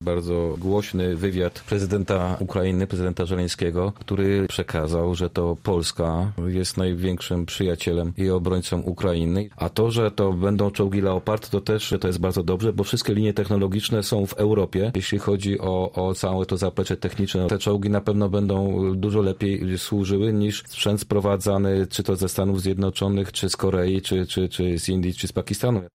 bardzo głośny wywiad prezydenta Ukrainy, prezydenta Żeleńskiego, który przekazał, że to Polska jest największym przyjacielem i obrońcą Ukrainy. A to, że to będą czołgi Leopard, to też to jest bardzo dobrze, bo wszystkie linie technologiczne są w Europie. Jeśli chodzi o całe to zaplecze techniczne, te czołgi na pewno będą dużo lepiej służyły niż sprzęt sprowadzany czy to ze Stanów Zjednoczonych, czy z Korei, czy z Indii, czy z Pakistanu.